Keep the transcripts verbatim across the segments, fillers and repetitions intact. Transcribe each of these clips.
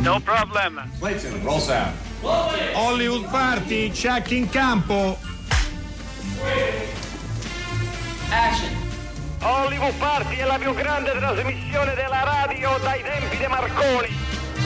No problem. Clayton, roll sound. Hollywood Party, check in campo. Action. Hollywood Party è la più grande trasmissione della radio dai tempi di Marconi.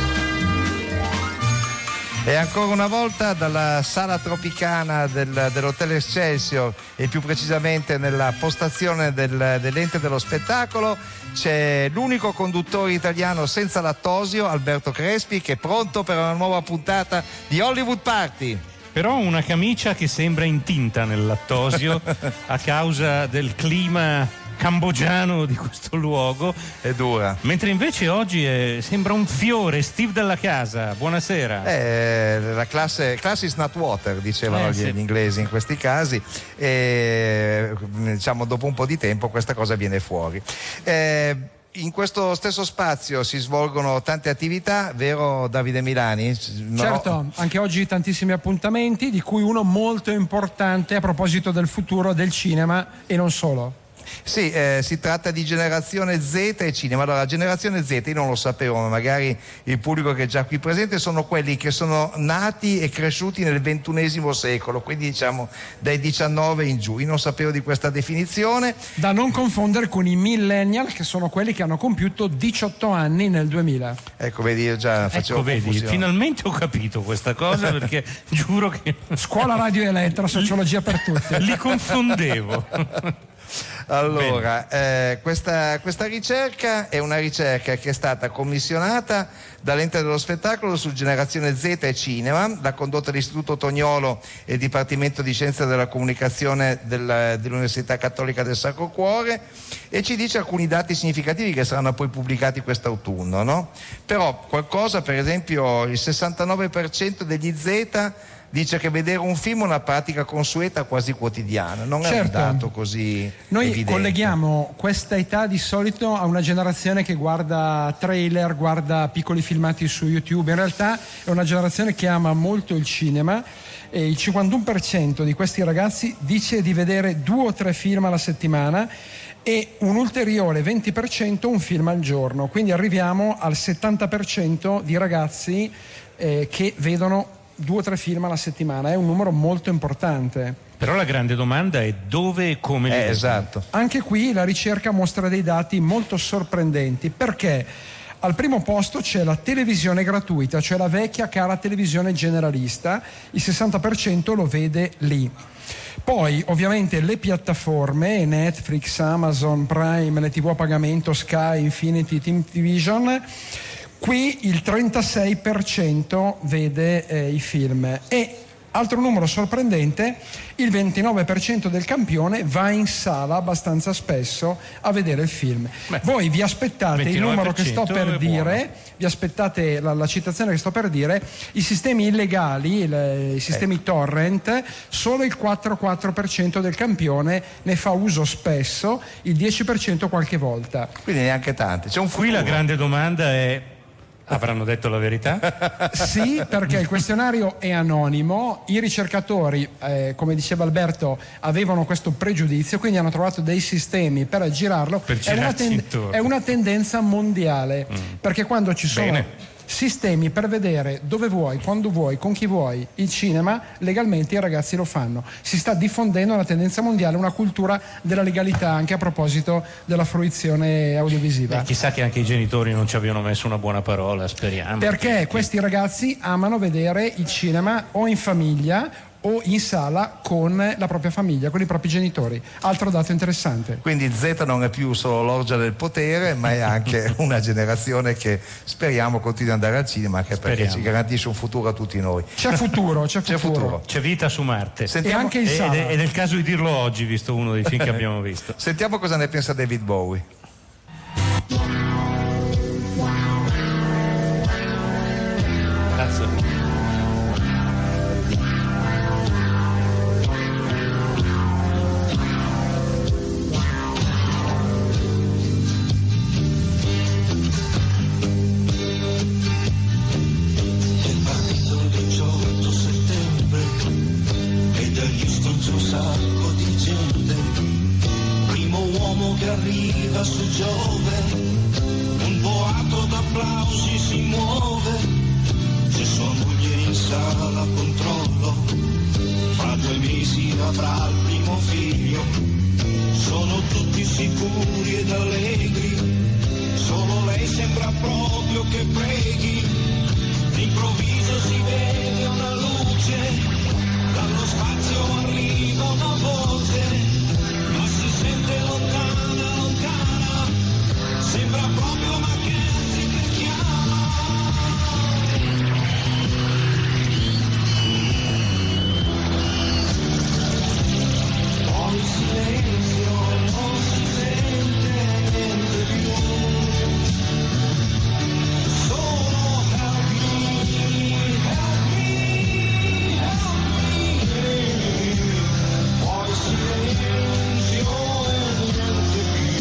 E ancora una volta dalla sala tropicana del, dell'Hotel Excelsior e più precisamente nella postazione del, dell'ente dello spettacolo c'è l'unico conduttore italiano senza lattosio, Alberto Crespi, che è pronto per una nuova puntata di Hollywood Party. Però una camicia che sembra intinta nel lattosio a causa del clima cambogiano di questo luogo. È dura. Mentre invece oggi è, sembra un fiore. Steve della casa, buonasera. Eh, la classe, class is not water, dicevano Eh, gli, sì. gli inglesi in questi casi, e diciamo dopo un po' di tempo questa cosa viene fuori. Eh, in questo stesso spazio si svolgono tante attività, vero Davide Milani? No? Certo, anche oggi tantissimi appuntamenti, di cui uno molto importante a proposito del futuro del cinema e non solo. Sì, eh, si tratta di Generazione Z e cinema. Allora, Generazione Z, io non lo sapevo, ma magari il pubblico che è già qui presente, sono quelli che sono nati e cresciuti nel ventunesimo secolo, quindi diciamo dai diciannove in giù. Io non sapevo di questa definizione. Da non confondere con i millennial, che sono quelli che hanno compiuto diciotto anni nel duemila. Ecco, vedi, io già facevo Ecco, vedi, confusione. finalmente ho capito questa cosa, perché giuro che Scuola Radio Elettra, sociologia per tutti. li confondevo. Allora, eh, questa, questa ricerca è una ricerca che è stata commissionata dall'ente dello spettacolo su Generazione Z e cinema, l'ha condotta l'Istituto Tognolo e il Dipartimento di Scienza della Comunicazione del, dell'Università Cattolica del Sacro Cuore, e ci dice alcuni dati significativi che saranno poi pubblicati quest'autunno, no? Però qualcosa, per esempio il sessantanove per cento degli Z dice che vedere un film è una pratica consueta quasi quotidiana, non Certo. è un dato così Noi evidente. colleghiamo questa età di solito a una generazione che guarda trailer, guarda piccoli filmati su YouTube. In realtà è una generazione che ama molto il cinema, e il cinquantuno per cento di questi ragazzi dice di vedere due o tre film alla settimana e un ulteriore venti per cento un film al giorno. Quindi arriviamo al settanta per cento di ragazzi eh, che vedono due o tre film alla settimana. È un numero molto importante. Però la grande domanda è dove e come li Eh, vedono. esatto. Anche qui la ricerca mostra dei dati molto sorprendenti, perché al primo posto c'è la televisione gratuita, cioè la vecchia cara televisione generalista, il sessanta per cento lo vede lì. Poi ovviamente le piattaforme, Netflix, Amazon Prime, le tv a pagamento, Sky, Infinity, Team Division. Qui il trentasei per cento vede eh, i film, e altro numero sorprendente, il ventinove per cento del campione va in sala abbastanza spesso a vedere il film. Beh, Voi vi aspettate il numero che sto per è dire, buono. vi aspettate la, la citazione che sto per dire, i sistemi illegali, il, i sistemi Ecco. torrent, solo il quattro virgola quattro per cento del campione ne fa uso spesso, il dieci per cento qualche volta. Quindi neanche tanti. C'è un Qui futuro. la grande domanda è: avranno detto la verità? Sì, perché il questionario è anonimo, i ricercatori, eh, come diceva Alberto, avevano questo pregiudizio, quindi hanno trovato dei sistemi per aggirarlo. Per è, una girarci tend- intorno. è una tendenza mondiale, Mm. perché quando ci sono Bene. sistemi per vedere dove vuoi, quando vuoi, con chi vuoi il cinema, legalmente i ragazzi lo fanno. Si sta diffondendo una tendenza mondiale, una cultura della legalità, anche a proposito della fruizione audiovisiva. Eh, chissà che anche i genitori non ci abbiano messo una buona parola, speriamo. Perché questi ragazzi amano vedere il cinema o in famiglia o in sala con la propria famiglia, con i propri genitori. Altro dato interessante. Quindi Z non è più solo l'orgia del potere, ma è anche una generazione che speriamo continui ad andare al cinema, anche perché Speriamo. ci garantisce un futuro a tutti noi. C'è futuro, c'è futuro. C'è futuro. C'è vita su Marte. Sentiamo- E anche in Ed sala. è, ed è il caso di dirlo oggi, visto uno dei film che abbiamo visto. Sentiamo cosa ne pensa David Bowie. Cazzo. È partito il diciotto settembre e da Houston c'è un sacco di gente. Primo uomo che arriva su Giove, un boato d'applausi si muove. la controllo, fra due mesi avrà il primo figlio, sono tutti sicuri ed allegri, solo lei sembra proprio che preghi, d'improvviso si vede una luce, dallo spazio arriva una voce, ma si sente lontana, lontana, sembra proprio Mackenzie che chiama. Poi silenzio, non si sente niente più, solo help me, help me, help me. Poi silenzio e niente più.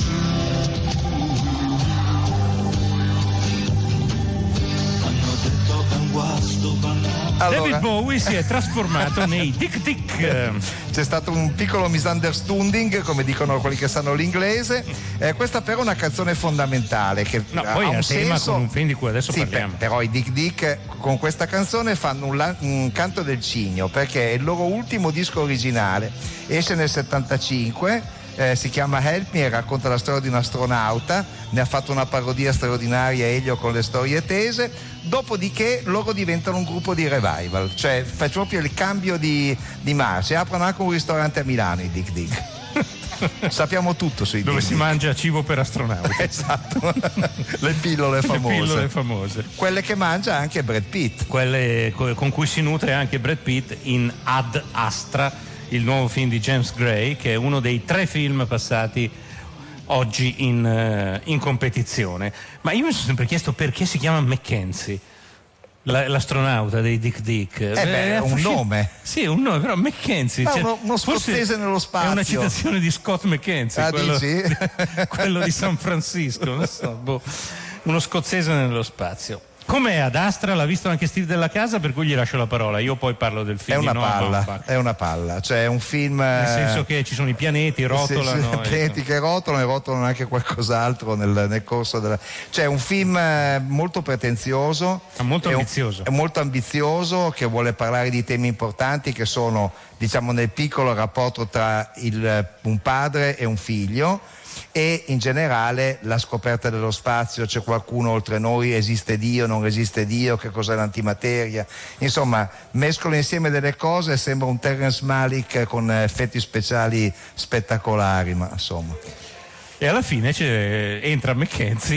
Hanno detto che è un guasto banale. David Allora, Bowie si è trasformato nei Dick Dick. c'è stato un piccolo misunderstanding, come dicono quelli che sanno l'inglese. Eh, questa però è una canzone fondamentale che No, ha poi un è a tema senso. con un film di cui adesso Sì, parliamo. per- però i Dick Dick con questa canzone fanno un, la- un canto del cigno, perché è il loro ultimo disco originale, esce nel settantacinque. Eh, si chiama Help Me e racconta la storia di un astronauta, ne ha fatto una parodia straordinaria Elio con le storie tese, dopodiché loro diventano un gruppo di revival, cioè fa proprio il cambio di, di marcia, aprono anche un ristorante a Milano i Dick Dick. Sappiamo tutto sui Dove Dick si Dick. mangia cibo per astronauti. Esatto, le pillole Le famose, pillole famose. quelle che mangia anche Brad Pitt. Quelle co- con cui si nutre anche Brad Pitt in Ad Astra, il nuovo film di James Gray, che è uno dei tre film passati oggi in, eh, in competizione. Ma io mi sono sempre chiesto perché si chiama Mackenzie, la- l'astronauta dei Dick Dick. Eh beh, è un affascin- nome. Sì, un nome, però Mackenzie. Ma cioè, uno- uno forse scozzese nello spazio. È una citazione di Scott Mackenzie, Ah, quello, dici? di, quello di San Francisco, non so, boh. Uno scozzese nello spazio. Com'è Ad Astra? L'ha visto anche Steve Della Casa, per cui gli lascio la parola. Io poi parlo del È film. una di Noah palla, Baumbach. è una palla, cioè è un film. Nel senso che ci sono i pianeti, rotolano. Sì, sì, pianeti che rotolano e rotolano anche qualcos'altro nel, nel corso della. Cioè è un film eh, molto pretenzioso. Ah, molto è un- ambizioso. È molto ambizioso, che vuole parlare di temi importanti che sono, diciamo, nel piccolo il rapporto tra il, un padre e un figlio. E in generale la scoperta dello spazio, c'è qualcuno oltre noi, esiste Dio, non esiste Dio, che cos'è l'antimateria, insomma mescola insieme delle cose e sembra un Terrence Malick con effetti speciali spettacolari, ma insomma E alla fine c'è, entra Mackenzie.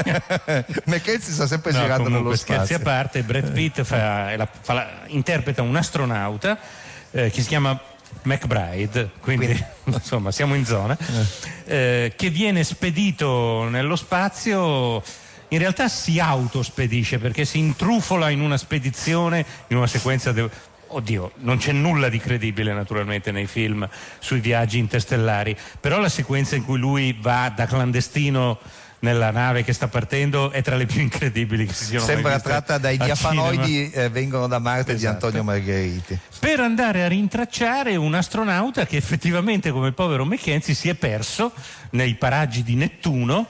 Mackenzie sta sempre No, girando comunque, nello scherzi a spazio. parte, Brad Pitt fa, la- fa la- interpreta un astronauta eh, che si chiama McBride, quindi, Quindi. insomma siamo in zona, eh, che viene spedito nello spazio. In realtà si autospedisce perché si intrufola in una spedizione, in una sequenza de- oddio, non c'è nulla di credibile naturalmente nei film sui viaggi interstellari, però la sequenza in cui lui va da clandestino nella nave che sta partendo è tra le più incredibili che si siano mai Sembra viste tratta dai al diafanoidi eh, vengono da Marte di Esatto. Antonio Margheriti. per andare a rintracciare un astronauta che effettivamente, come il povero Mackenzie, si è perso nei paraggi di Nettuno,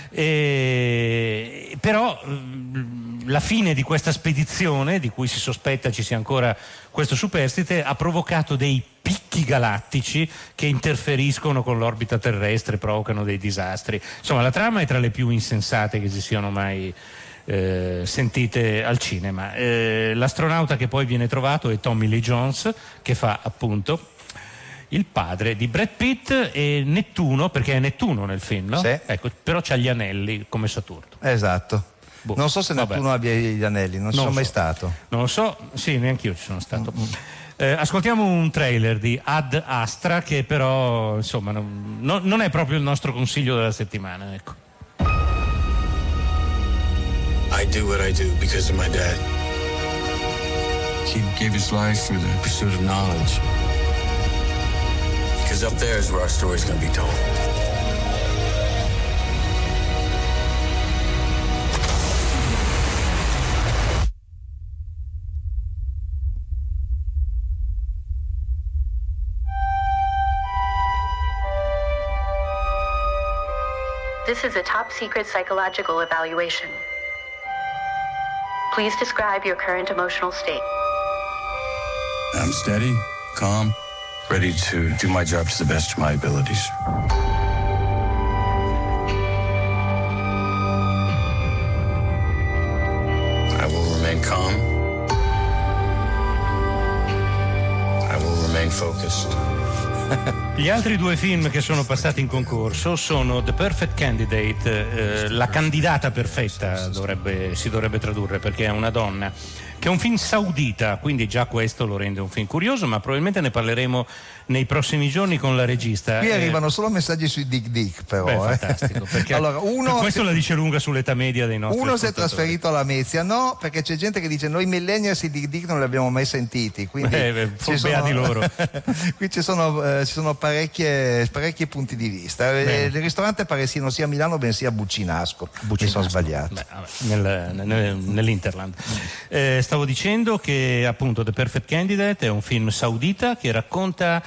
e... però mh, la fine di questa spedizione, di cui si sospetta ci sia ancora questo superstite, ha provocato dei picchi galattici che interferiscono con l'orbita terrestre, provocano dei disastri. Insomma, la trama è tra le più insensate che si siano mai eh, sentite al cinema. Eh, l'astronauta che poi viene trovato è Tommy Lee Jones, che fa appunto il padre di Brad Pitt, e Nettuno, perché è Nettuno nel film, no? Sì. Ecco, però c'ha gli anelli come Saturno. Esatto. Boh, Non so se vabbè. Nettuno abbia gli anelli, non ci Non sono lo mai so. stato. Non lo so, sì, neanche io ci sono stato. Eh, ascoltiamo un trailer di Ad Astra che però, insomma, non, non- non è proprio il nostro consiglio della settimana, ecco. I do what I do because of my dad. He gave his life for the pursuit of knowledge. Because up there is where our story's gonna be told. This is a top secret psychological evaluation. Please describe your current emotional state. I'm steady, calm, ready to do my job to the best of my abilities. I will remain calm. I will remain focused. Gli altri due film che sono passati in concorso sono The Perfect Candidate, eh, la candidata perfetta dovrebbe, si dovrebbe tradurre, perché è una donna, che è un film saudita, quindi già questo lo rende un film curioso, ma probabilmente ne parleremo nei prossimi giorni con la regista. Qui eh, arrivano solo messaggi sui Dick Dick, però. Beh, eh. fantastico, perché allora, uno, questo la dice lunga sull'età media dei nostri uno si è ascoltatori. trasferito alla Mezia, no, perché c'è gente che dice noi millennials i Dick Dick non li abbiamo mai sentiti, quindi eh, beh, ci sono... sono, loro. qui ci sono, eh, ci sono parecchie, parecchi punti di vista. Eh, il ristorante pare siano sia a Milano bensì a Buccinasco, mi sono sbagliato. Beh, vabbè, nel, nel, nell'Interland. Eh, stavo dicendo che appunto The Perfect Candidate è un film saudita che racconta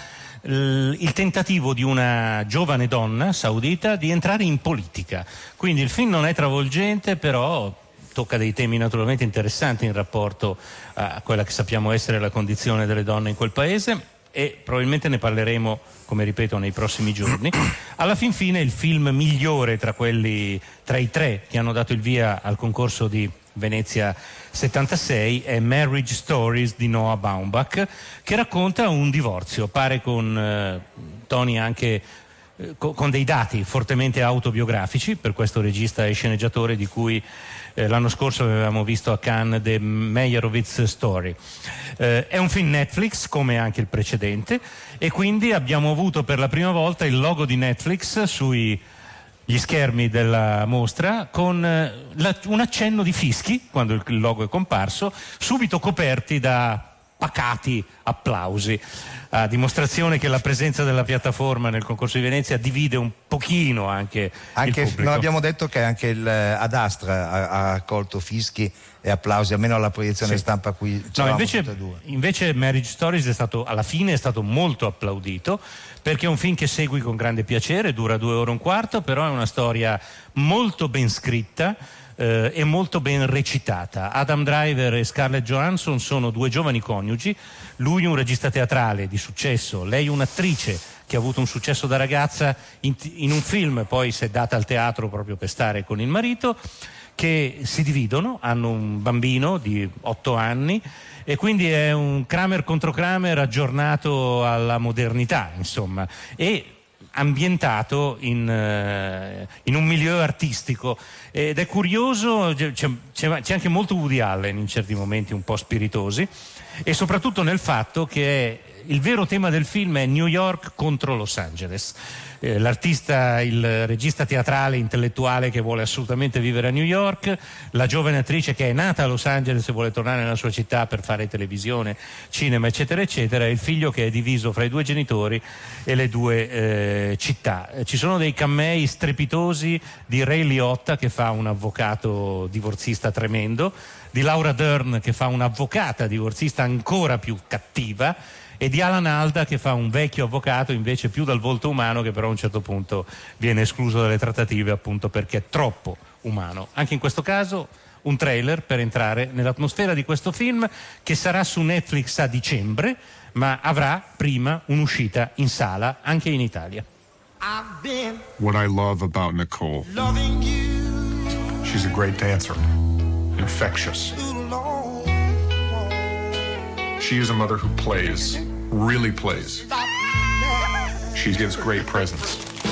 il tentativo di una giovane donna saudita di entrare in politica. Quindi il film non è travolgente, però tocca dei temi naturalmente interessanti in rapporto a quella che sappiamo essere la condizione delle donne in quel paese, e probabilmente ne parleremo, come ripeto, nei prossimi giorni. Alla fin fine il film migliore tra quelli, tra i tre che hanno dato il via al concorso di Venezia settantasei è Marriage Stories di Noah Baumbach, che racconta un divorzio, pare con eh, toni anche eh, co- con dei dati fortemente autobiografici per questo regista e sceneggiatore di cui eh, l'anno scorso avevamo visto a Cannes The Meyerowitz Story. Eh, è un film Netflix come anche il precedente, e quindi abbiamo avuto per la prima volta il logo di Netflix sui gli schermi della mostra, con la, un accenno di fischi quando il logo è comparso, subito coperti da pacati applausi, a dimostrazione che la presenza della piattaforma nel concorso di Venezia divide un pochino anche, anche il pubblico. Non abbiamo detto che anche il Ad Astra ha, ha accolto fischi e applausi, almeno alla proiezione sì. stampa qui. No, invece, invece Marriage Stories è stato, alla fine è stato molto applaudito, perché è un film che segui con grande piacere, dura due ore e un quarto, però è una storia molto ben scritta eh, e molto ben recitata. Adam Driver e Scarlett Johansson sono due giovani coniugi, lui un regista teatrale di successo, lei un'attrice che ha avuto un successo da ragazza in, in un film, poi si è data al teatro proprio per stare con il marito, che si dividono, hanno un bambino di otto anni, e quindi è un Kramer contro Kramer aggiornato alla modernità, insomma, e ambientato in, uh, in un milieu artistico, ed è curioso, c'è, c'è, c'è anche molto Woody Allen in certi momenti un po' spiritosi, e soprattutto nel fatto che il vero tema del film è New York contro Los Angeles. Eh, l'artista, il regista teatrale intellettuale che vuole assolutamente vivere a New York, la giovane attrice che è nata a Los Angeles e vuole tornare nella sua città per fare televisione, cinema, eccetera eccetera, e il figlio che è diviso fra i due genitori e le due eh, città. Ci sono dei camei strepitosi di Ray Liotta, che fa un avvocato divorzista tremendo, di Laura Dern, che fa un'avvocata divorzista ancora più cattiva, e di Alan Alda, che fa un vecchio avvocato invece più dal volto umano, che però a un certo punto viene escluso dalle trattative appunto perché è troppo umano. Anche in questo caso un trailer per entrare nell'atmosfera di questo film, che sarà su Netflix a dicembre, ma avrà prima un'uscita in sala anche in Italia. What I love about Nicole, she's a great dancer, infectious. She is a mother who plays, really plays. She gives great presents.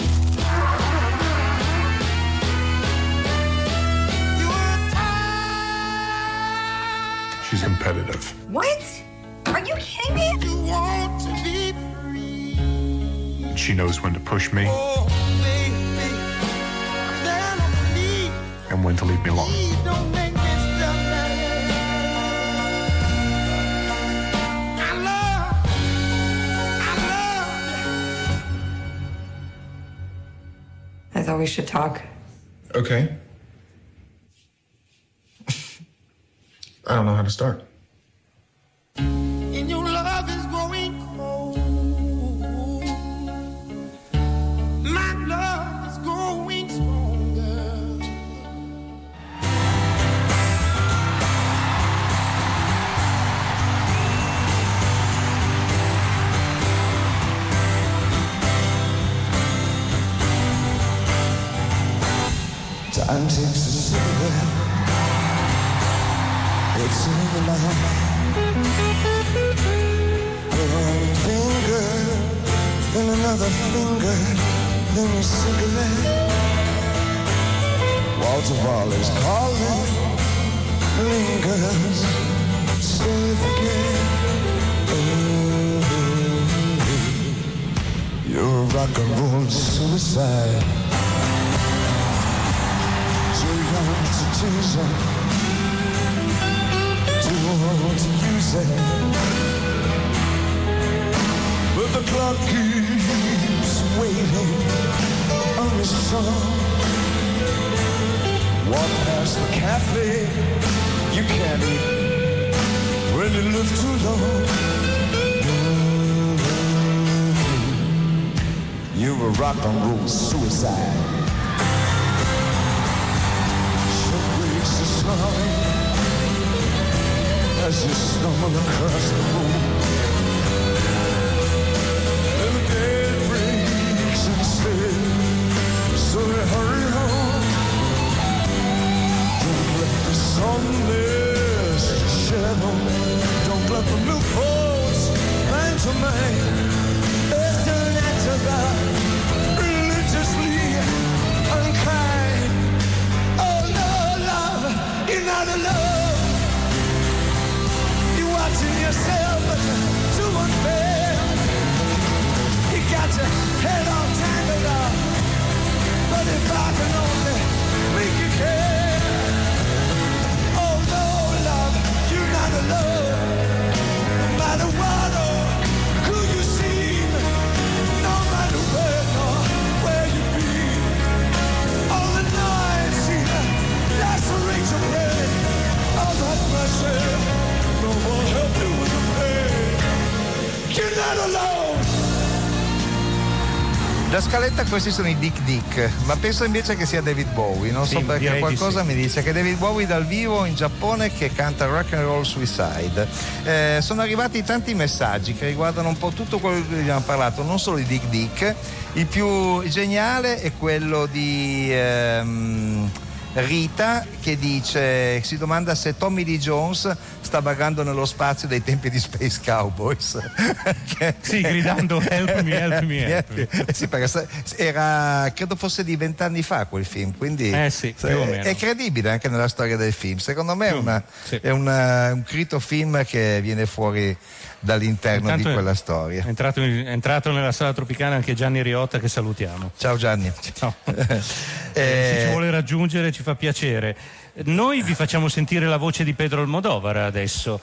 She's competitive. What? Are you kidding me? You want to be free. She knows when to push me oh, baby. Then on me. And when to leave me alone. Don't make me stop that. I love, I love. I thought we should talk. Okay. I don't know how to start. And your love is growing cold. My love is growing stronger. It's in my one finger, then another finger, then a cigarette. Walter Wallace calling, lingers, slowly forget. Oh, you're a rock and roll suicide. Too young to choose it, too old to use it. But the clock keeps waiting on the sun. Walk past the cafe, you can't eat when you live too long. You're a rock and roll suicide. She breaks the snoring as you stumble across the room. And the day breaks instead, so they hurry home. Don't let the sunless shadow, don't let the new force man to man. It's the natural, religiously unkind. Oh no, love, you're not alone. You're watching yourself, but you're too unfair. You got your head all tangled up, but if I can only make you care. Oh no, love, you're not alone. No matter what or who you see, no matter where nor where you be, all the nights see the lacerate your brain. All that pressure, no more help you with the pain. You're not alone. Da scaletta questi sono i Dick Dick, ma penso invece che sia David Bowie, non so Sì, perché direi di qualcosa sì. mi dice che David Bowie dal vivo in Giappone che canta Rock and Roll Suicide. Eh, sono arrivati tanti messaggi che riguardano un po' tutto quello di cui abbiamo parlato, non solo di Dick Dick. Il più geniale è quello di ehm, Rita che dice, si domanda se Tommy Lee Jones sta vagando nello spazio dei tempi di Space Cowboys. Che- Sì, gridando help me, help me, help me. Eh sì, perché sa- era, credo fosse di vent'anni fa quel film, quindi Eh sì, più o meno. è credibile anche nella storia del film. Secondo me è, Più o una- meno, sì. è una- un crito film che viene fuori dall'interno Intanto di è- quella storia. È entrato, in- è entrato nella sala tropicana anche Gianni Riotta, che salutiamo. Ciao Gianni. Ciao. Eh, Se ci vuole raggiungere ci fa piacere. Noi vi facciamo sentire la voce di Pedro Almodovar adesso,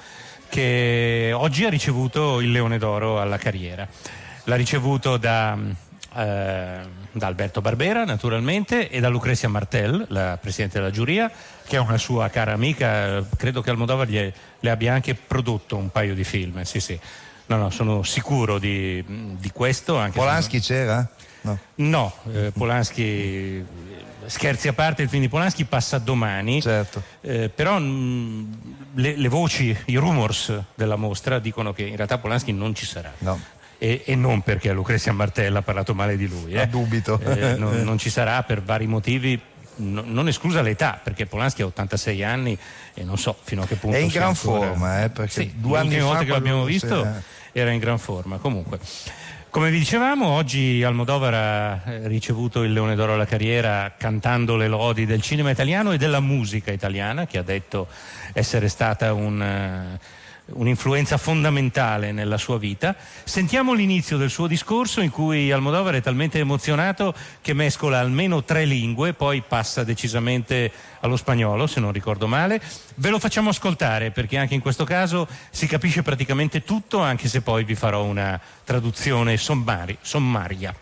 che oggi ha ricevuto il Leone d'Oro alla carriera. L'ha ricevuto da, eh, da Alberto Barbera, naturalmente, e da Lucrezia Martel, la presidente della giuria, che è una sua cara amica. Credo che Almodovar gli- le abbia anche prodotto un paio di film. Sì, sì. No, no, sono sicuro di, di questo. Anche se Polanski c'era? No. No, eh, Polanski, scherzi a parte, il film di Polanski passa domani, Certo. eh, però mh, le, le voci, i rumors della mostra dicono che in realtà Polanski non ci sarà. No. E, e non perché Lucrezia Martella ha parlato male di lui, eh. No, dubito. Eh, non, non ci sarà per vari motivi, no- non esclusa l'età, perché Polanski ha ottantasei anni e non so fino a che punto È in sia gran ancora- forma, eh, perché Sì, due anni l'ultima fa volta che l'abbiamo quando- visto sì, eh. era in gran forma. Comunque, come vi dicevamo, oggi Almodovar ha eh, ricevuto il Leone d'Oro alla carriera cantando le lodi del cinema italiano e della musica italiana, che ha detto essere stata un, eh, un'influenza fondamentale nella sua vita. Sentiamo l'inizio del suo discorso, in cui Almodovar è talmente emozionato che mescola almeno tre lingue, poi passa decisamente allo spagnolo, se non ricordo male. Ve lo facciamo ascoltare perché anche in questo caso si capisce praticamente tutto, anche se poi vi farò una traduzione sommari- sommaria.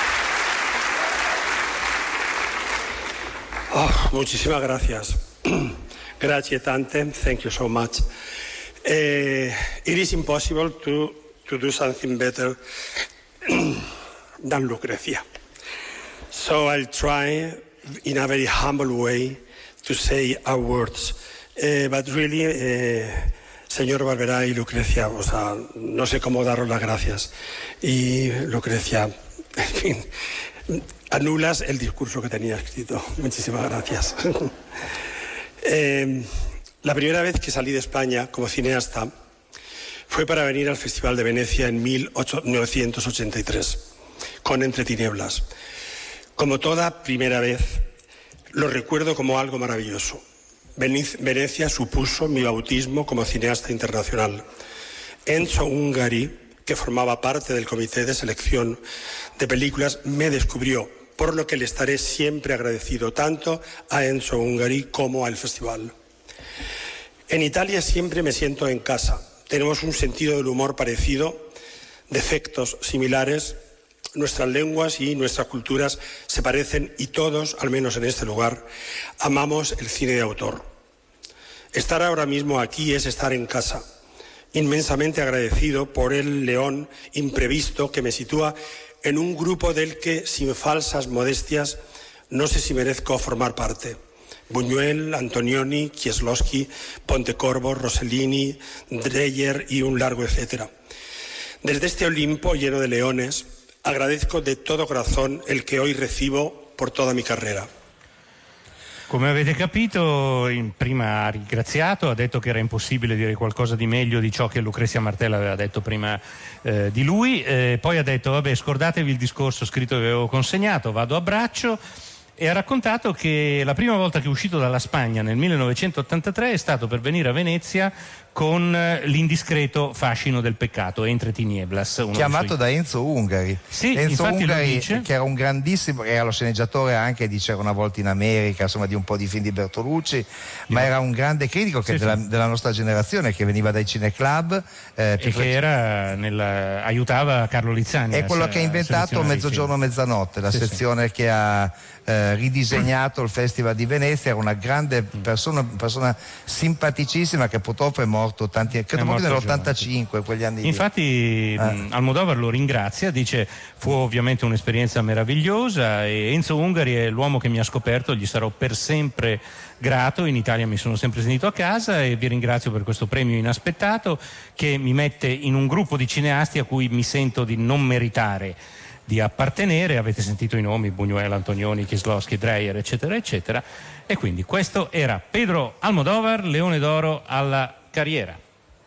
Oh, muchísimas gracias. Grazie tante. Thank you so much. Uh, it is impossible to, to do something better than Lucrezia. So I'll try in a very humble way to say our words. Uh, but really, uh, señor Barberá y Lucrecia, o sea, no sé cómo daros las gracias. Y Lucrecia, en fin, anulas el discurso que tenía escrito. Muchísimas gracias. eh, La primera vez que salí de España como cineasta fue para venir al Festival de Venecia en mil novecientos ochenta y tres, con Entre Tinieblas. Como toda primera vez, lo recuerdo como algo maravilloso. Venecia supuso mi bautismo como cineasta internacional. Enzo Ungari, que formaba parte del comité de selección de películas, me descubrió, por lo que le estaré siempre agradecido tanto a Enzo Ungari como al festival. En Italia siempre me siento en casa. Tenemos un sentido del humor parecido, defectos similares, nuestras lenguas y nuestras culturas se parecen y todos, al menos en este lugar, amamos el cine de autor. Estar ahora mismo aquí es estar en casa, inmensamente agradecido por el león imprevisto que me sitúa en un grupo del que, sin falsas modestias, no sé si merezco formar parte. Buñuel, Antonioni, Kieslowski, Pontecorvo, Rossellini, Dreyer y un largo etcétera. Desde este Olimpo lleno de leones, agradezco de todo corazón el che hoy recibo por toda mi carriera. Come avete capito, in, prima ha ringraziato, ha detto che era impossibile dire qualcosa di meglio di ciò che Lucrezia Martel aveva detto prima eh, di lui, eh, poi ha detto vabbè, scordatevi il discorso scritto che avevo consegnato, vado a braccio, e ha raccontato che la prima volta che è uscito dalla Spagna nel millenovecentottantatré è stato per venire a Venezia con l'indiscreto fascino del peccato, Entre Tinieblas, uno chiamato suoi... da Enzo Ungari. Sì, Enzo Ungari, dice... che era un grandissimo, era lo sceneggiatore anche di C'era una volta in America, insomma di un po' di film di Bertolucci, ma era un grande critico che sì, della, sì. della nostra generazione, che veniva dai cineclub eh, e che era nella... aiutava Carlo Lizzani. È quello che ha inventato Mezzogiorno Mezzanotte, la sì, sezione sì. che ha eh, ridisegnato il Festival di Venezia. Era una grande persona, persona simpaticissima, che purtroppo è morto tanti, credo proprio nell'ottantacinque, quegli anni. Infatti eh. Almodovar lo ringrazia, dice fu ovviamente un'esperienza meravigliosa e Enzo Ungari è l'uomo che mi ha scoperto, gli sarò per sempre grato, in Italia mi sono sempre sentito a casa e vi ringrazio per questo premio inaspettato che mi mette in un gruppo di cineasti a cui mi sento di non meritare di appartenere. Avete sentito i nomi: Buñuel, Antonioni, Kieslowski, Dreyer, eccetera eccetera, e quindi questo era Pedro Almodovar, Leone d'Oro alla carriera.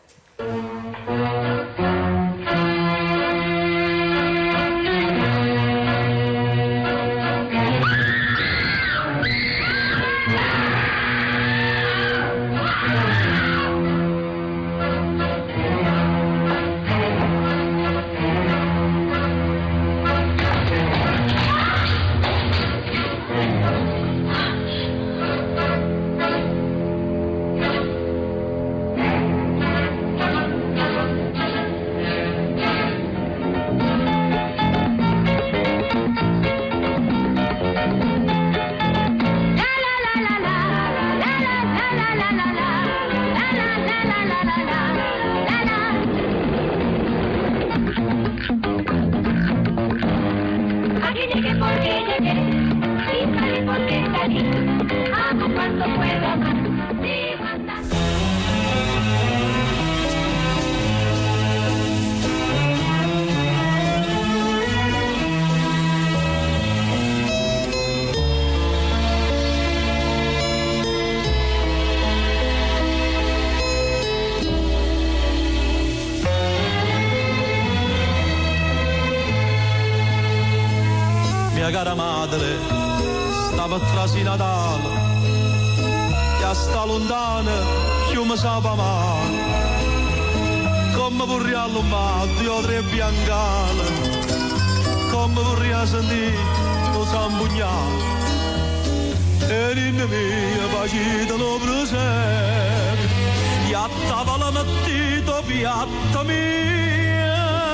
Mia cara madre stava trasi Natale, che sta lontana, più mi sa pa male, come vorrei all'umato, io tre biancale, come vorrei sentire lo sambugnale, e l'inna mia facita lo presepe, iattava la mattina piatta mia,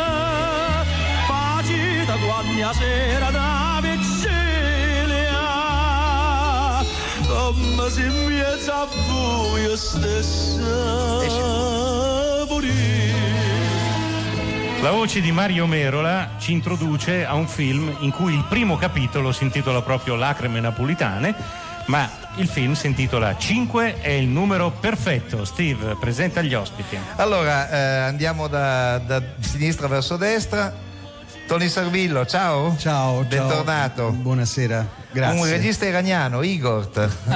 facita quando sera da come se mi è io stessa La voce di Mario Merola ci introduce a un film in cui il primo capitolo si intitola proprio Lacrime napolitane, ma il film si intitola cinque è il numero perfetto. Steve, presenta gli ospiti. Allora, eh, andiamo da, da sinistra verso destra. Tony Servillo, ciao. Ciao, bentornato. Ciao. Buonasera. Grazie. Un regista iraniano, Igor.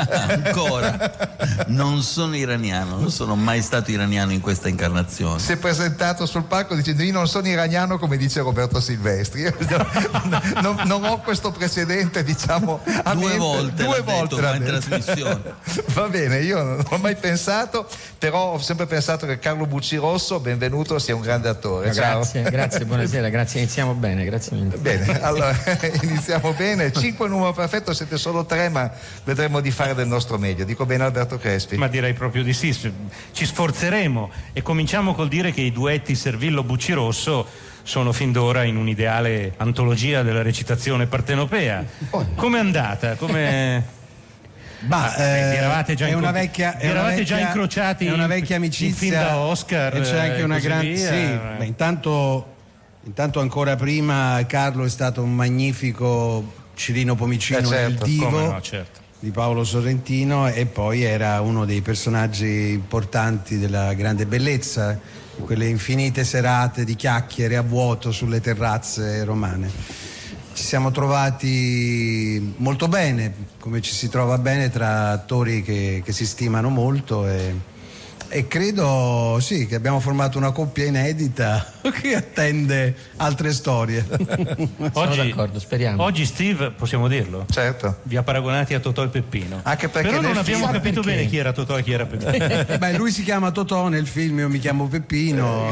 Ancora non sono iraniano, non sono mai stato iraniano in questa incarnazione. Si è presentato sul palco dicendo: io non sono iraniano, come dice Roberto Silvestri. Io non, non ho questo precedente, diciamo, a due mente. volte due l'ha volte detto l'ha in detto. trasmissione. Va bene, io non ho mai pensato, però ho sempre pensato che Carlo Buccirosso, benvenuto, sia un grande attore. Grazie, Ciao. grazie, buonasera, grazie, iniziamo bene, grazie mille. Bene, allora iniziamo bene. Cinque numero perfetto, siete solo tre, ma vedremo di fare del nostro meglio. Dico bene, Alberto Crespi? Ma direi proprio di sì, ci sforzeremo, e cominciamo col dire che i duetti Servillo-Buccirosso sono fin d'ora in un'ideale antologia della recitazione partenopea. Com'è andata? Come... Bah, ah, eh, eravate già, è in... una vecchia, è eravate una vecchia, già incrociati è una in- vecchia amicizia in film da Oscar, e c'è anche eh, una così grande via. sì, beh, intanto, intanto ancora prima Carlo è stato un magnifico Cirino Pomicino Eh, certo, nel Divo, come no, certo. di Paolo Sorrentino, e poi era uno dei personaggi importanti della grande bellezza, quelle infinite serate di chiacchiere a vuoto sulle terrazze romane. Ci siamo trovati molto bene, come ci si trova bene tra attori che, che si stimano molto, e, e credo sì che abbiamo formato una coppia inedita che attende altre storie. Sono d'accordo, speriamo. Oggi Steve, possiamo dirlo? Certo. Vi ha paragonati a Totò e Peppino. Anche perché Però non nel abbiamo film- capito perché? bene chi era Totò e chi era Peppino. Beh, lui si chiama Totò nel film, io mi chiamo Peppino.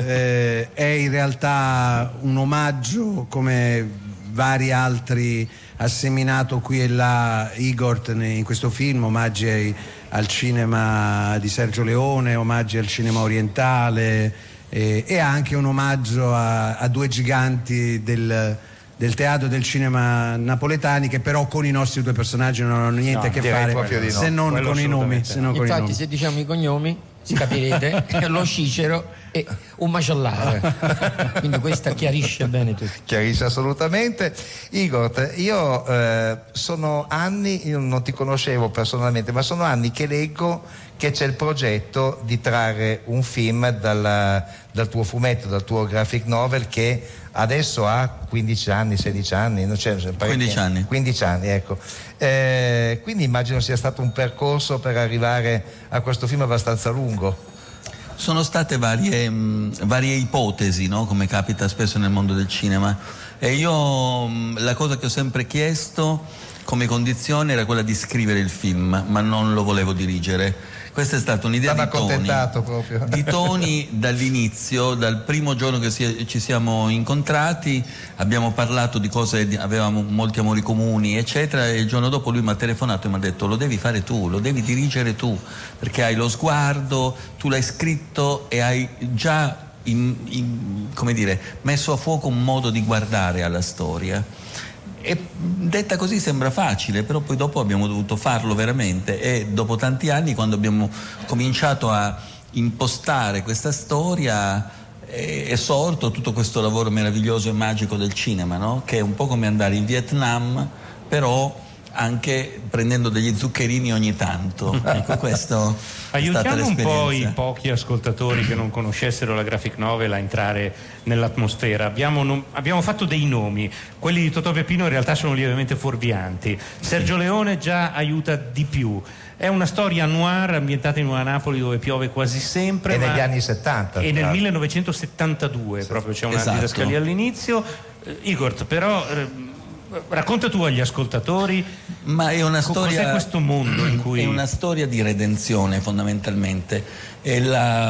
Eh, è in realtà un omaggio, come vari altri ha seminato qui e là Igor in questo film, omaggi ai, al cinema di Sergio Leone, omaggi al cinema orientale, eh, e anche un omaggio a, a due giganti del, del teatro e del cinema napoletani, che però con i nostri due personaggi non hanno niente No, a che direi fare proprio di no. se non Quello con i nomi, assolutamente se non con i Infatti, nomi. se diciamo i cognomi, si capirete, lo Cicero e un macellare. Quindi questa chiarisce bene tutto. Chiarisce assolutamente. Igor, io eh, sono anni, io non ti conoscevo personalmente, ma sono anni che leggo che c'è il progetto di trarre un film dal, dal tuo fumetto, dal tuo graphic novel, che adesso ha quindici anni, sedici anni, non c'è, quindici anni. quindici anni, ecco. Eh, quindi immagino sia stato un percorso per arrivare a questo film abbastanza lungo. Sono state varie, mh, varie ipotesi, no? Come capita spesso nel mondo del cinema, e io mh, la cosa che ho sempre chiesto come condizione era quella di scrivere il film, ma non lo volevo dirigere. Questa è stata un'idea T'hanno di Tony, accontentato proprio. di Tony dall'inizio, dal primo giorno che si- ci siamo incontrati, abbiamo parlato di cose, di- avevamo molti amori comuni, eccetera, e il giorno dopo lui mi ha telefonato e mi ha detto: lo devi fare tu, lo devi dirigere tu, perché hai lo sguardo, tu l'hai scritto e hai già in- in- come dire, messo a fuoco un modo di guardare alla storia. E detta così sembra facile, però poi dopo abbiamo dovuto farlo veramente, e dopo tanti anni, quando abbiamo cominciato a impostare questa storia, è, è sorto tutto questo lavoro meraviglioso e magico del cinema, no? Che è un po' come andare in Vietnam, però anche prendendo degli zuccherini ogni tanto. Ecco, questo è stata Aiutiamo un po' l'esperienza. i pochi ascoltatori che non conoscessero la graphic novel a entrare nell'atmosfera. Abbiamo, nom- abbiamo fatto dei nomi, quelli di Totò Peppino in realtà sono lievemente fuorvianti. Sergio Leone già aiuta di più. È una storia noir ambientata in una Napoli dove piove quasi sempre. E ma- negli anni settanta. E nel tra- millenovecentosettantadue proprio c'è una Esatto. didascalia all'inizio. Eh, Igor, però eh, racconta tu agli ascoltatori. Ma è una co- storia, cos'è questo mondo in cui è una storia di redenzione, fondamentalmente. È, la,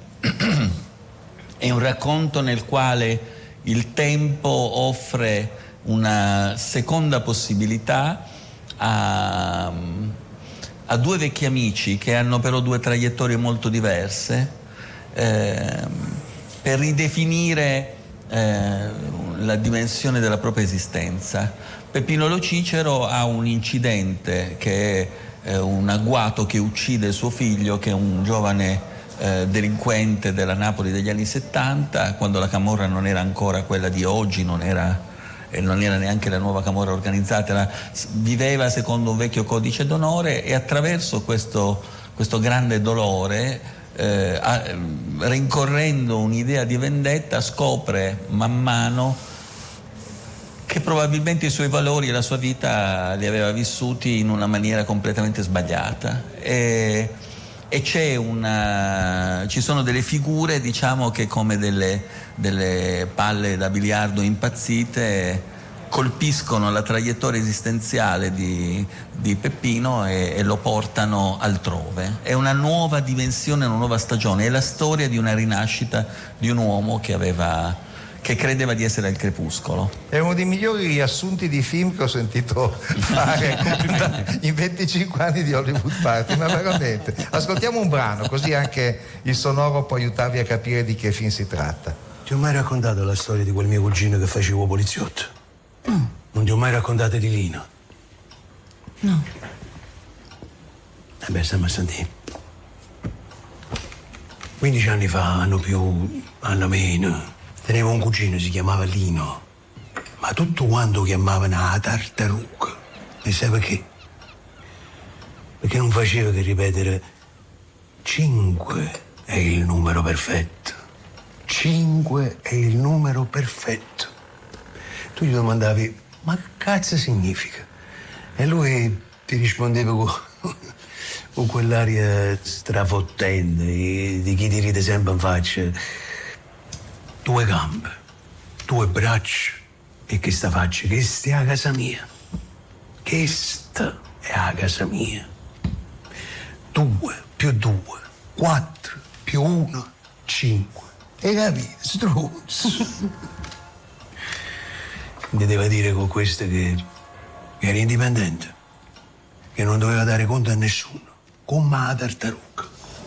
è un racconto nel quale il tempo offre una seconda possibilità a, a due vecchi amici che hanno però due traiettorie molto diverse, eh, per ridefinire eh, la dimensione della propria esistenza. Peppino Lo Cicero ha un incidente che è eh, un agguato che uccide suo figlio, che è un giovane eh, delinquente della Napoli degli anni settanta, quando la camorra non era ancora quella di oggi, non era, e non era neanche la nuova camorra organizzata, era, viveva secondo un vecchio codice d'onore, e attraverso questo, questo grande dolore, eh, a, rincorrendo un'idea di vendetta, scopre man mano che probabilmente i suoi valori e la sua vita li aveva vissuti in una maniera completamente sbagliata. E, e c'è una, ci sono delle figure, diciamo, che come delle, delle palle da biliardo impazzite colpiscono la traiettoria esistenziale di, di Peppino e, e lo portano altrove. È una nuova dimensione, una nuova stagione, è la storia di una rinascita di un uomo che aveva, che credeva di essere al crepuscolo. È uno dei migliori riassunti di film che ho sentito fare in venticinque anni di Hollywood Party, ma veramente. Ascoltiamo un brano, così anche il sonoro può aiutarvi a capire di che film si tratta. Ti ho mai raccontato la storia di quel mio cugino che facevo poliziotto? Mm. Non ti ho mai raccontato di Lino? No. Eh beh, stiamo a sentire. quindici anni fa, anno più, anno meno, tenevo un cugino, si chiamava Lino. Ma tutto quanto chiamavano la tartaruga. E sai perché? Perché non faceva che ripetere cinque è il numero perfetto. cinque è il numero perfetto. Tu gli domandavi, ma che cazzo significa? E lui ti rispondeva con, con quell'aria strafottente di chi ti ride sempre in faccia. Due gambe, due braccia e questa faccia, questa è la casa mia. Questa è la casa mia. Due più due, quattro più uno, cinque. E capito? Struzzo. Mi doveva dire con questo che, che era indipendente, che non doveva dare conto a nessuno, come la tartaruga.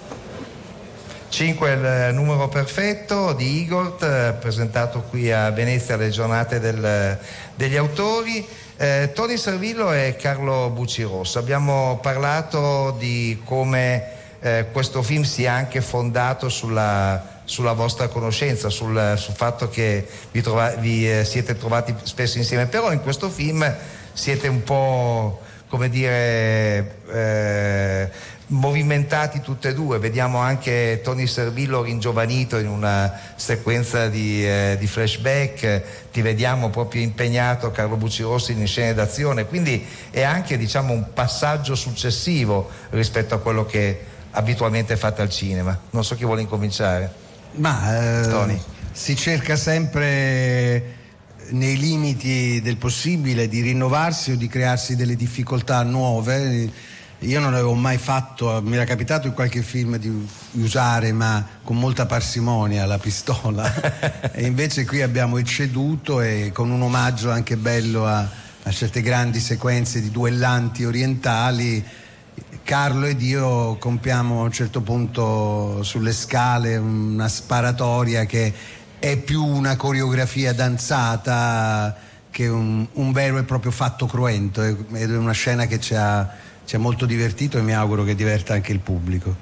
cinque è il numero perfetto di Igor, presentato qui a Venezia alle giornate del, degli autori. Eh, Tony Servillo e Carlo Buccirosso. Abbiamo parlato di come eh, questo film sia anche fondato sulla sulla vostra conoscenza, sul, sul fatto che vi, trova, vi eh, siete trovati spesso insieme, però in questo film siete un po', come dire, eh, movimentati tutte e due. Vediamo anche Tony Servillo ringiovanito in una sequenza di, eh, di flashback, ti vediamo proprio impegnato, Carlo Buccirosso, in scene d'azione, quindi è anche, diciamo, un passaggio successivo rispetto a quello che abitualmente fate al cinema. Non so chi vuole incominciare. Ma eh, si cerca sempre nei limiti del possibile di rinnovarsi o di crearsi delle difficoltà nuove. Io non avevo mai fatto, mi era capitato in qualche film di usare, ma con molta parsimonia, la pistola e invece qui abbiamo ecceduto, e con un omaggio anche bello a, a certe grandi sequenze di duellanti orientali. Carlo ed io compiamo a un certo punto sulle scale una sparatoria che è più una coreografia danzata che un, un vero e proprio fatto cruento, ed è una scena che ci ha, ci ha molto divertito e mi auguro che diverta anche il pubblico.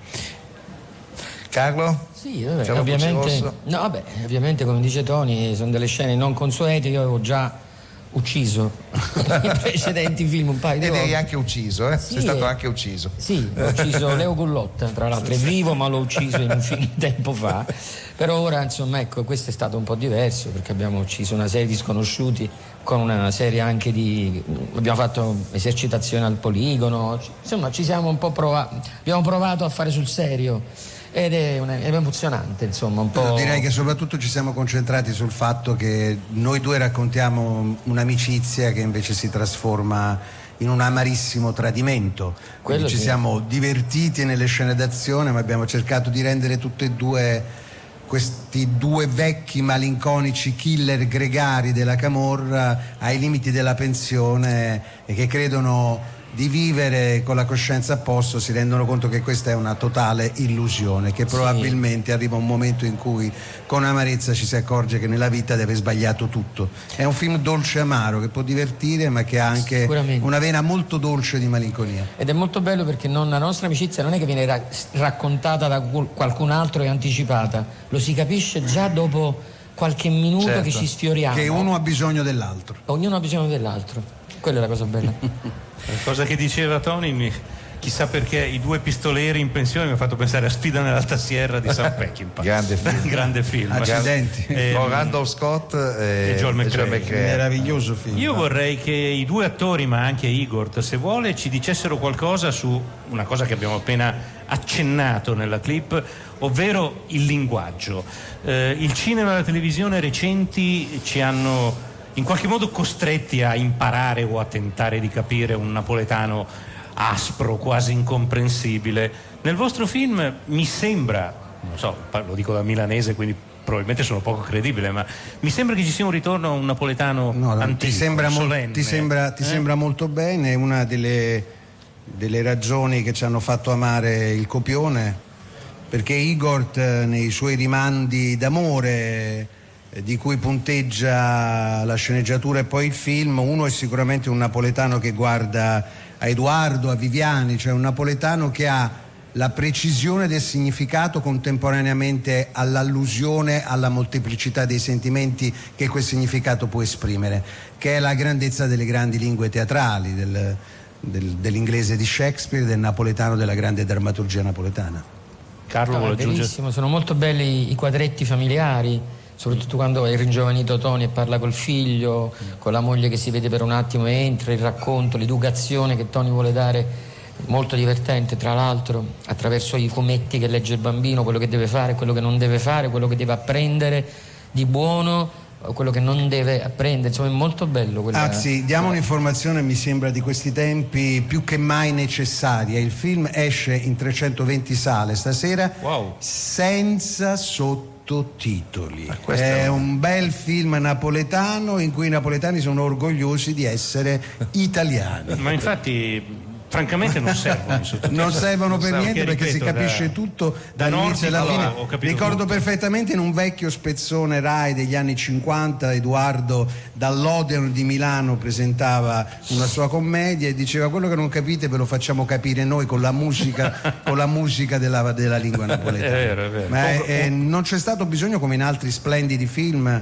Carlo? Sì, vabbè, ovviamente, no, vabbè, ovviamente come dice Tony sono delle scene non consuete. Io avevo già ucciso in precedenti film un paio di ed volte. Ed eri anche ucciso, eh? Sì, sei stato anche ucciso. Sì, ho ucciso Leo Gullotta, tra l'altro è vivo, ma l'ho ucciso in un film tempo fa. Però ora, insomma, ecco, questo è stato un po' diverso, perché abbiamo ucciso una serie di sconosciuti con una serie anche di, abbiamo fatto esercitazione al poligono, insomma ci siamo un po' provati, abbiamo provato a fare sul serio. Ed è, un, è emozionante, insomma, un po'. No, direi che soprattutto ci siamo concentrati sul fatto che noi due raccontiamo un'amicizia che invece si trasforma in un amarissimo tradimento. Quindi ci sì. siamo divertiti nelle scene d'azione, ma abbiamo cercato di rendere tutte e due questi due vecchi malinconici killer gregari della camorra ai limiti della pensione e che credono di vivere con la coscienza a posto, si rendono conto che questa è una totale illusione, che probabilmente sì. arriva un momento in cui con amarezza ci si accorge che nella vita deve sbagliato tutto. È un film dolce amaro che può divertire, ma che ha anche una vena molto dolce di malinconia. Ed è molto bello perché non, la nostra amicizia non è che viene ra- raccontata da qualcun altro e anticipata, lo si capisce già dopo qualche minuto, certo, che ci sfioriamo. Che uno ha bisogno dell'altro. Ognuno ha bisogno dell'altro. Quella è la cosa bella. La cosa che diceva Tony mi, chissà perché i due pistoleri in pensione mi ha fatto pensare a Sfida nell'Alta Sierra di Sam Peckinpah. Grande film. Grande film. Accidenti. Eh, Con Randolph Scott e, e Joel McCrea. Meraviglioso film. Io vorrei che i due attori, ma anche Igor, se vuole, ci dicessero qualcosa su una cosa che abbiamo appena accennato nella clip, ovvero il linguaggio. Eh, il cinema e la televisione recenti ci hanno in qualche modo costretti a imparare o a tentare di capire un napoletano aspro, quasi incomprensibile. Nel vostro film mi sembra, non so, lo dico da milanese, quindi probabilmente sono poco credibile, ma mi sembra che ci sia un ritorno a un napoletano no, antico, ti sembra, solenne. Ti sembra, ti eh? sembra molto bene. È una delle, delle ragioni che ci hanno fatto amare il copione, perché Igor nei suoi rimandi d'amore di cui punteggia la sceneggiatura e poi il film, uno è sicuramente un napoletano che guarda a Edoardo, a Viviani, cioè un napoletano che ha la precisione del significato contemporaneamente all'allusione, alla molteplicità dei sentimenti che quel significato può esprimere, che è la grandezza delle grandi lingue teatrali, del, del, dell'inglese di Shakespeare, del napoletano, della grande drammaturgia napoletana. Carlo, no, vuole è bellissimo, sono molto belli i quadretti familiari, soprattutto quando è ringiovanito Tony e parla col figlio, con la moglie che si vede per un attimo e entra, il racconto, l'educazione che Tony vuole dare, molto divertente tra l'altro, attraverso i fumetti che legge il bambino, quello che deve fare, quello che non deve fare, quello che deve apprendere di buono, quello che non deve apprendere, insomma è molto bello quella... Anzi, diamo un'informazione, mi sembra di questi tempi più che mai necessaria. Il film esce in trecentoventi sale stasera, wow, senza sottotitoli. È, è un bel film napoletano in cui i napoletani sono orgogliosi di essere italiani. Ma infatti francamente non servono i sottotitoli. Non servono per non niente perché, perché ripeto, si capisce da, tutto da dall'inizio alla allora, fine. Ricordo tutto. perfettamente in un vecchio spezzone Rai degli anni cinquanta, Edoardo dall'Odeon di Milano presentava una sua commedia e diceva: quello che non capite ve lo facciamo capire noi con la musica, con la musica della, della lingua napoletana. È vero, è vero. Ma è, è, non c'è stato bisogno, come in altri splendidi film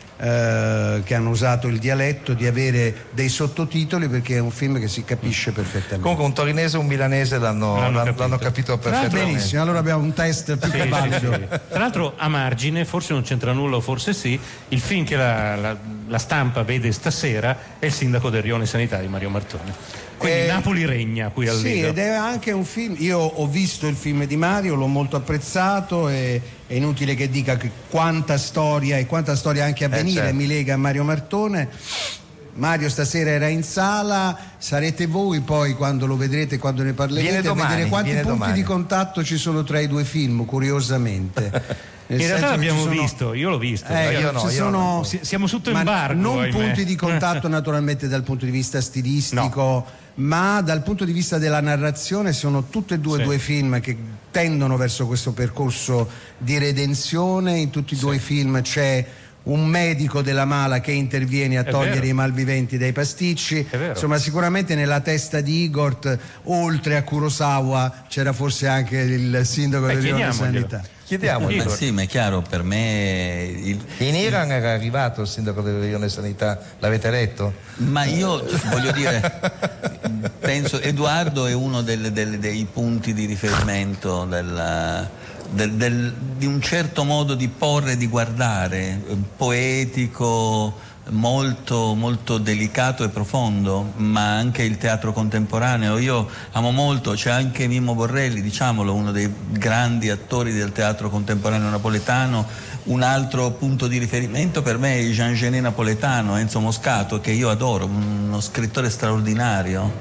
Eh, che hanno usato il dialetto, di avere dei sottotitoli, perché è un film che si capisce perfettamente. Comunque un torinese e un milanese l'hanno, L'hanno l'hanno, capito. l'hanno capito perfettamente. Benissimo, allora abbiamo un test più Sì, che sì, valido. sì. Tra l'altro, a margine, forse non c'entra nulla o forse sì, il film che la, la, la stampa vede stasera è Il sindaco del Rione Sanità di Mario Martone. Quindi Eh, Napoli regna qui al Sì, Lido. ed è anche un film, io ho visto il film di Mario, l'ho molto apprezzato e è inutile che dica che quanta storia e quanta storia anche a venire certo. mi lega a Mario Martone. Mario stasera era in sala, sarete voi poi quando lo vedrete, quando ne parlerete, Viene domani, a vedere quanti viene punti domani. di contatto ci sono tra i due film, curiosamente. Nel In realtà senso che l'abbiamo ci sono- visto, io l'ho visto. Eh, io no, ci io sono- no. Si- siamo sotto ma embargo. non ahimè. punti di contatto naturalmente dal punto di vista stilistico, ma dal punto di vista della narrazione sono tutti e due Sì. due film che tendono verso questo percorso di redenzione. In tutti e due i film c'è un medico della mala che interviene a È togliere vero. i malviventi dai pasticci. È vero. Insomma, sicuramente nella testa di Igor, oltre a Kurosawa, c'era forse anche il sindaco Beh, del Rione chiediamoglielo. Sanità. Chiediamogli. Ma sì, ma è chiaro, per me il, In Iran era arrivato il sindaco del Rione Sanità, l'avete letto? ma io voglio dire, penso Edoardo è uno del- del- dei punti di riferimento della- del- del- di un certo modo di porre, di guardare, eh, poetico, molto, molto delicato e profondo, ma anche il teatro contemporaneo. Io amo molto, c'è anche Mimmo Borrelli, diciamolo, uno dei grandi attori del teatro contemporaneo napoletano. Un altro punto di riferimento per me è Jean Genet napoletano, Enzo Moscato, che io adoro, uno scrittore straordinario.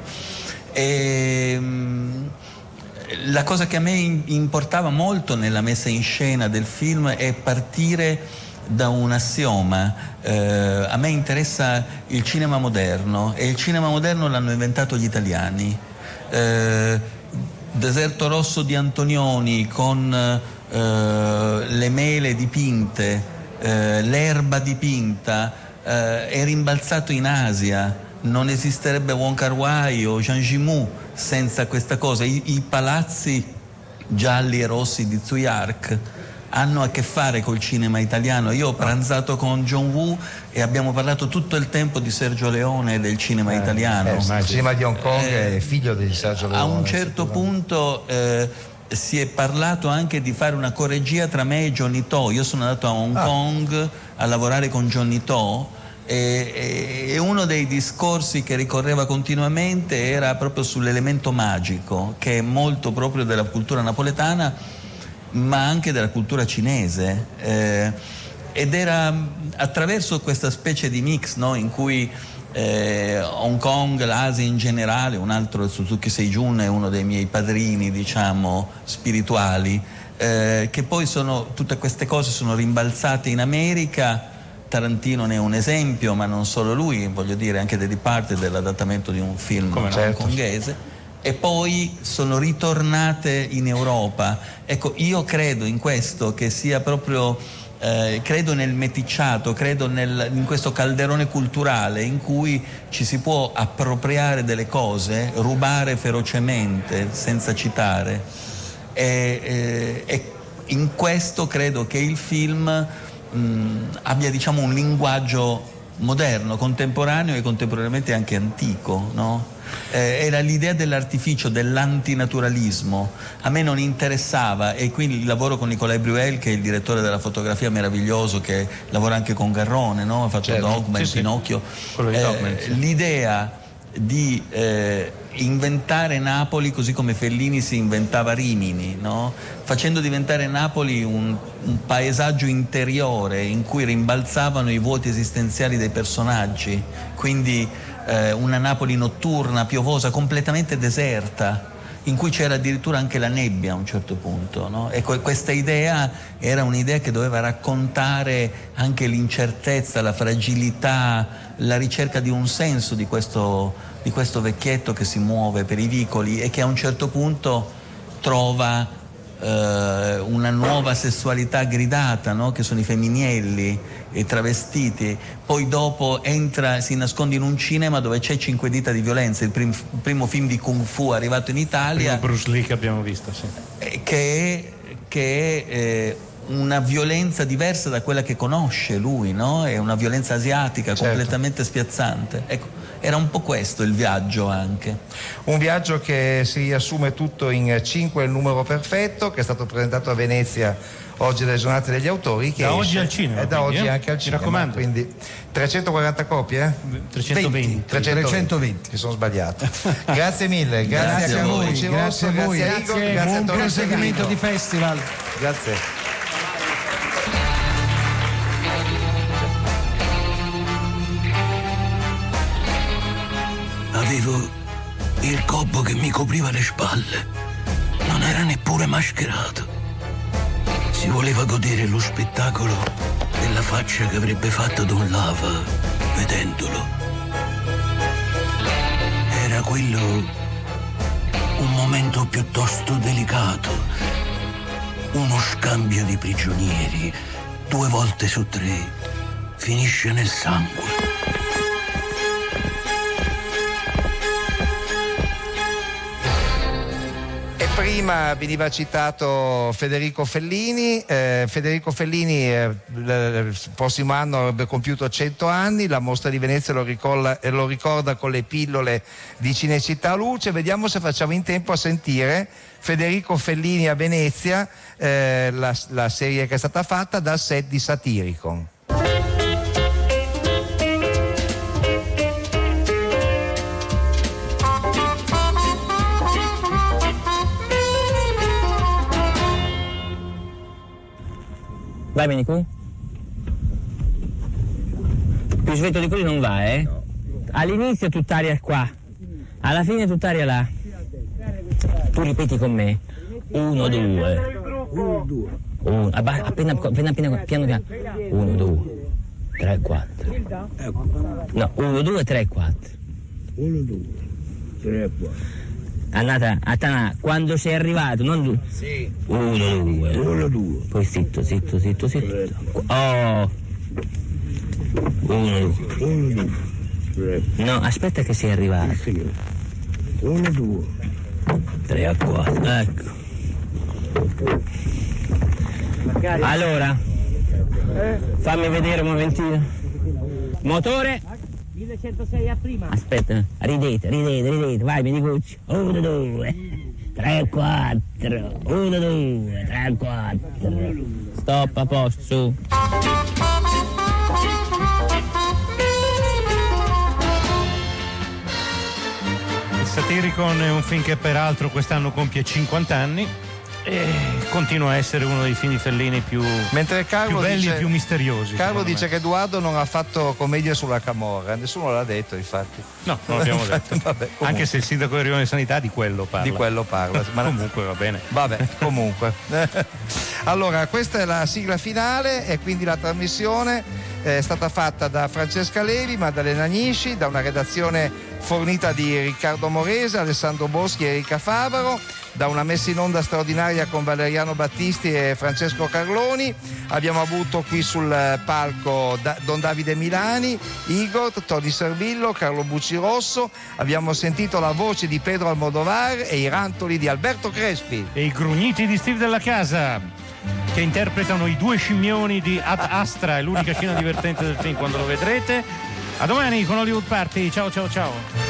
E, mm, la cosa che a me in- importava molto nella messa in scena del film è partire da un assioma. Eh, a me interessa il cinema moderno e il cinema moderno l'hanno inventato gli italiani. Eh, Deserto Rosso di Antonioni con eh, le mele dipinte, eh, l'erba dipinta, eh, è rimbalzato in Asia. Non esisterebbe Wong Kar-wai o Zhang Yimou senza questa cosa. I, i palazzi gialli e rossi di Tsuyark hanno a che fare col cinema italiano. Io ho pranzato con John Woo e abbiamo parlato tutto il tempo di Sergio Leone e del cinema eh, italiano. Eh, il cinema di Hong Kong eh, è figlio di Sergio Leone. A un certo punto eh, si è parlato anche di fare una corregia tra me e Johnny To. Io sono andato a Hong ah. Kong a lavorare con Johnny To e, e uno dei discorsi che ricorreva continuamente era proprio sull'elemento magico, che è molto proprio della cultura napoletana ma anche della cultura cinese, eh, ed era attraverso questa specie di mix, no, in cui eh, Hong Kong, l'Asia in generale, un altro, Suzuki Seijun è uno dei miei padrini, diciamo, spirituali, eh, che poi sono, tutte queste cose sono rimbalzate in America. Tarantino ne è un esempio, ma non solo lui, voglio dire anche The Departed, dell'adattamento di un film hongkonghese. E poi sono ritornate in Europa. Ecco, io credo in questo, che sia proprio, eh, credo nel meticciato, credo nel, in questo calderone culturale in cui ci si può appropriare delle cose, rubare ferocemente, senza citare. E, e, e in questo credo che il film mh, abbia, diciamo, un linguaggio moderno, contemporaneo e contemporaneamente anche antico, no? Eh, era l'idea dell'artificio, dell'antinaturalismo. A me non interessava, e quindi il lavoro con Nicolai Bruel, che è il direttore della fotografia meraviglioso, che lavora anche con Garrone, no? Ha fatto certo. Dogman, sì, Pinocchio. Sì. Eh, Dogman, sì. L'idea di eh, inventare Napoli così come Fellini si inventava Rimini, no? Facendo diventare Napoli un, un paesaggio interiore in cui rimbalzavano i vuoti esistenziali dei personaggi, quindi eh, una Napoli notturna, piovosa, completamente deserta, in cui c'era addirittura anche la nebbia a un certo punto, no? E questa idea era un'idea che doveva raccontare anche l'incertezza, la fragilità, la ricerca di un senso di questo, di questo vecchietto che si muove per i vicoli e che a un certo punto trova eh, una nuova sessualità gridata, no? Che sono i femminilli e travestiti. Poi dopo entra, si nasconde in un cinema dove c'è Cinque dita di violenza, il, prim, il primo film di Kung Fu arrivato in Italia, primo Bruce Lee che abbiamo visto, sì. che è, che è eh, una violenza diversa da quella che conosce lui, no? È una violenza asiatica, certo, completamente spiazzante. Ecco, era un po' questo il viaggio anche. Un viaggio che si riassume tutto in Cinque, il numero perfetto, che è stato presentato a Venezia oggi dalle giornate degli autori. Che da esce, oggi al cinema. È da quindi, oggi eh? anche al cinema. Mi raccomando. Quindi trecentoquaranta copie? trecentoventi. trecentoventi. Mi sono sbagliato. Grazie mille, grazie, grazie a voi, Luci grazie Rosso, a voi, grazie a Igor, grazie, grazie a buon proseguimento di festival. Grazie. Avevo il gobbo che mi copriva le spalle. Non era neppure mascherato. Si voleva godere lo spettacolo della faccia che avrebbe fatto Don Lava vedendolo. Era quello un momento piuttosto delicato. Uno scambio di prigionieri, due volte su tre, finisce nel sangue. Prima veniva citato Federico Fellini, eh, Federico Fellini eh, il prossimo anno avrebbe compiuto cento anni, la mostra di Venezia lo ricorda, lo ricorda con le pillole di Cinecittà Luce. Vediamo se facciamo in tempo a sentire Federico Fellini a Venezia, eh, la, la serie che è stata fatta dal set di Satiricon. Vai Menicu? Più svelto di così non va, eh? No. All'inizio tutt'aria qua, alla fine tutt'aria là. Tu ripeti con me. Uno, due. Uno, due. Uno, appena, appena, appena, piano piano. Uno, due. Tre, quattro. No, uno, due, tre, quattro. Uno, due, tre, quattro. Andata a Tanà, quando sei arrivato, non tu. Sì. Uno, due. Uno, due. Poi zitto, zitto, zitto, zitto. Oh. Uno, due. Uno, due. No, aspetta che sei arrivato. Sì. Uno, due. Tre a quattro, ecco. Allora, fammi vedere un momentino. Motore? millecentosei a prima. Aspetta, ridete, ridete, ridete, vai, mi dicucci. Uno, due, tre, quattro. Uno, due, tre, quattro. Stop, a posto, su. Il Satiricon è un film che peraltro quest'anno compie cinquanta anni e continua a essere uno dei film di Fellini più, Mentre Carlo più belli dice, e più misteriosi. Carlo dice me. che Edoardo non ha fatto commedie sulla Camorra, nessuno l'ha detto infatti. No, non l'abbiamo detto. Vabbè, anche se il sindaco di Rione Sanità di quello parla. Di quello parla. Ma comunque va bene. Vabbè, comunque. Allora, questa è la sigla finale e quindi la trasmissione è stata fatta da Francesca Levi, Maddalena Agnisci, da una redazione fornita di Riccardo Morese, Alessandro Boschi e Erika Favaro, da una messa in onda straordinaria con Valeriano Battisti e Francesco Carloni. Abbiamo avuto qui sul palco da- Don Davide Milani, Igor, Tony Servillo, Carlo Buccirosso. Abbiamo sentito la voce di Pedro Almodovar e i rantoli di Alberto Crespi. E i grugniti di Steve Della Casa, che interpretano i due scimmioni di Ad Astra. È l'unica scena divertente del film, quando lo vedrete. A domani con Hollywood Party. Ciao ciao ciao.